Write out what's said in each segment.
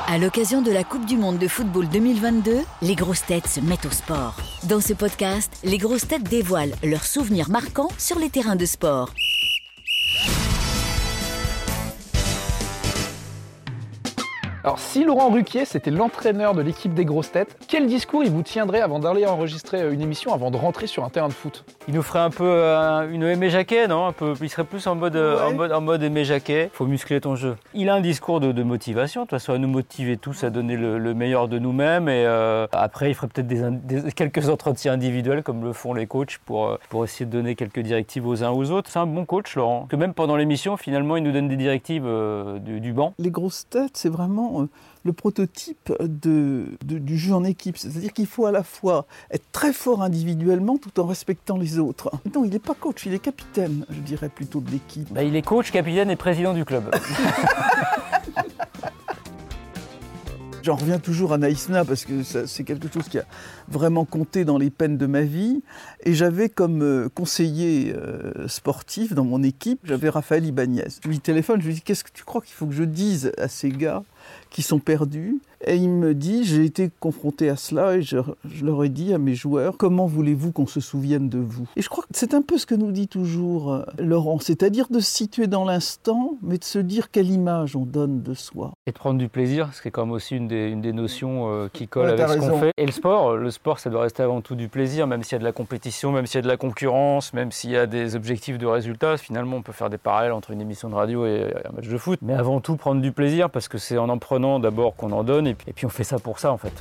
À l'occasion de la Coupe du Monde de football 2022, les grosses têtes se mettent au sport. Dans ce podcast, les grosses têtes dévoilent leurs souvenirs marquants sur les terrains de sport. Alors, si Laurent Ruquier, c'était l'entraîneur de l'équipe des grosses têtes, quel discours il vous tiendrait avant d'aller enregistrer une émission, avant de rentrer sur un terrain de foot? Il nous ferait un peu une Aimé Jacquet, non? Il serait plus en mode Aimé Jacquet. Faut muscler ton jeu. Il a un discours de motivation, de toute façon, à nous motiver tous à donner le meilleur de nous-mêmes. Et après, il ferait peut-être quelques entretiens individuels, comme le font les coachs, pour essayer de donner quelques directives aux uns aux autres. C'est un bon coach, Laurent. Que même pendant l'émission, finalement, il nous donne des directives du banc. Les grosses têtes, c'est vraiment le prototype du jeu en équipe. C'est-à-dire qu'il faut à la fois être très fort individuellement tout en respectant les autres. Non, il n'est pas coach, il est capitaine, je dirais plutôt de l'équipe. Il est coach, capitaine et président du club. J'en reviens toujours à Naïsna parce que c'est quelque chose qui a vraiment compté dans les peines de ma vie. Et j'avais comme conseiller sportif dans mon équipe, j'avais Raphaël Ibanez. Je lui téléphone, je lui dis « Qu'est-ce que tu crois qu'il faut que je dise à ces gars qui sont perdus ?» Et il me dit, j'ai été confronté à cela et je leur ai dit à mes joueurs, comment voulez-vous qu'on se souvienne de vous? Et je crois que c'est un peu ce que nous dit toujours Laurent, c'est-à-dire de se situer dans l'instant, mais de se dire quelle image on donne de soi. Et de prendre du plaisir, ce qui est quand même aussi une des notions qui colle avec ce qu'on fait. Et le sport, ça doit rester avant tout du plaisir, même s'il y a de la compétition, même s'il y a de la concurrence, même s'il y a des objectifs de résultats. Finalement, on peut faire des parallèles entre une émission de radio et un match de foot. Mais avant tout, prendre du plaisir, parce que c'est en prenant d'abord qu'on en donne. Et puis on fait ça pour ça en fait.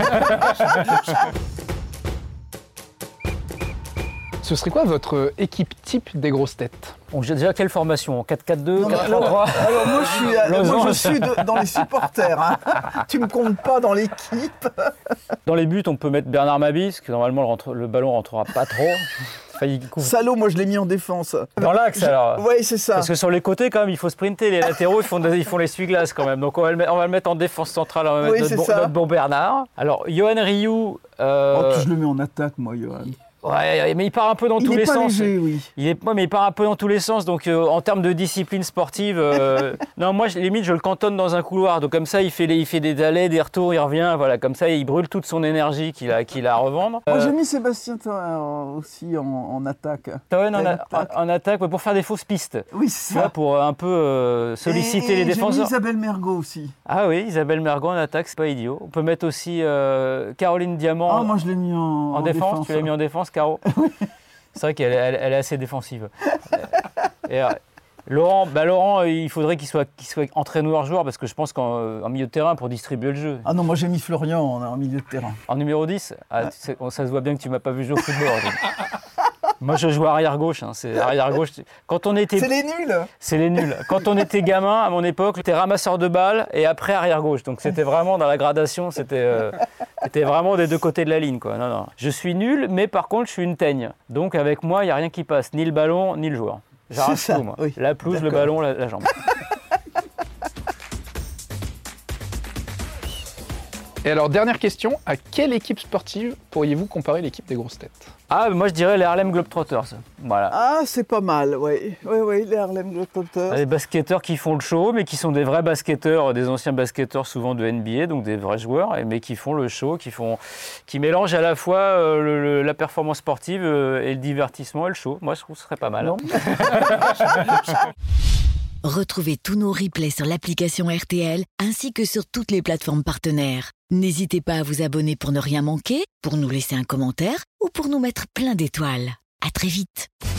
Ce serait quoi votre équipe type des grosses têtes? Déjà, quelle formation? 4-4-2, 4-3-3? Alors moi je suis dans les supporters. Hein. Tu me comptes pas dans l'équipe. Dans les buts, on peut mettre Bernard Mabie, parce que normalement le ballon rentrera pas trop. Salaud, moi je l'ai mis en défense. Dans l'axe alors? Oui, c'est ça. Parce que sur les côtés, quand même, il faut sprinter. Les latéraux, ils font l'essuie-glace quand même. Donc on va le mettre en défense centrale. On va mettre notre bon Bernard. Alors, Yohan Ryu. Je le mets en attaque, moi, Yohan. Ouais, mais il part un peu dans tous les sens. Léger, oui. Mais il part un peu dans tous les sens. Donc, en termes de discipline sportive, non, moi, limite, je le cantonne dans un couloir. Donc, comme ça, il fait des allées, des retours, il revient. Voilà, comme ça, il brûle toute son énergie qu'il a à revendre. Moi, j'ai mis Sébastien Toen aussi en attaque. Toen en attaque pour faire des fausses pistes. Oui, c'est ça. Pour un peu solliciter les défenseurs. J'ai mis Isabelle Mergo aussi. Ah oui, Isabelle Mergo en attaque, c'est pas idiot. On peut mettre aussi Caroline Diamant. Ah, moi, je l'ai mis en défense. Tu l'as mis en défense, Caro? C'est vrai qu'elle est assez défensive. Et, Laurent, il faudrait qu'il soit entraîneur-joueur parce que je pense qu'en milieu de terrain pour distribuer le jeu. Ah non, moi j'ai mis Florian en milieu de terrain. En numéro 10 ça se voit bien que tu m'as pas vu jouer au football. Moi je joue arrière-gauche, c'est arrière-gauche. Quand on était... C'est les nuls. C'est les nuls. Quand on était gamin, à mon époque, j'étais ramasseur de balles et après arrière-gauche. Donc c'était vraiment dans la gradation, c'était vraiment des deux côtés de la ligne, quoi. Non. Je suis nul, mais par contre je suis une teigne. Donc avec moi, il n'y a rien qui passe, ni le ballon, ni le joueur. J'arrache tout, moi. Oui, la pelouse, le ballon, la jambe. Et alors, dernière question, à quelle équipe sportive pourriez-vous comparer l'équipe des grosses têtes? Moi je dirais les Harlem Globetrotters. Voilà. Ah, c'est pas mal, oui, les Harlem Globetrotters. Les basketteurs qui font le show, mais qui sont des vrais basketteurs, des anciens basketteurs souvent de NBA, donc des vrais joueurs, mais qui font le show, qui mélangent à la fois la performance sportive et le divertissement et le show. Moi je trouve que ce serait pas mal. Retrouvez tous nos replays sur l'application RTL ainsi que sur toutes les plateformes partenaires. N'hésitez pas à vous abonner pour ne rien manquer, pour nous laisser un commentaire ou pour nous mettre plein d'étoiles. À très vite.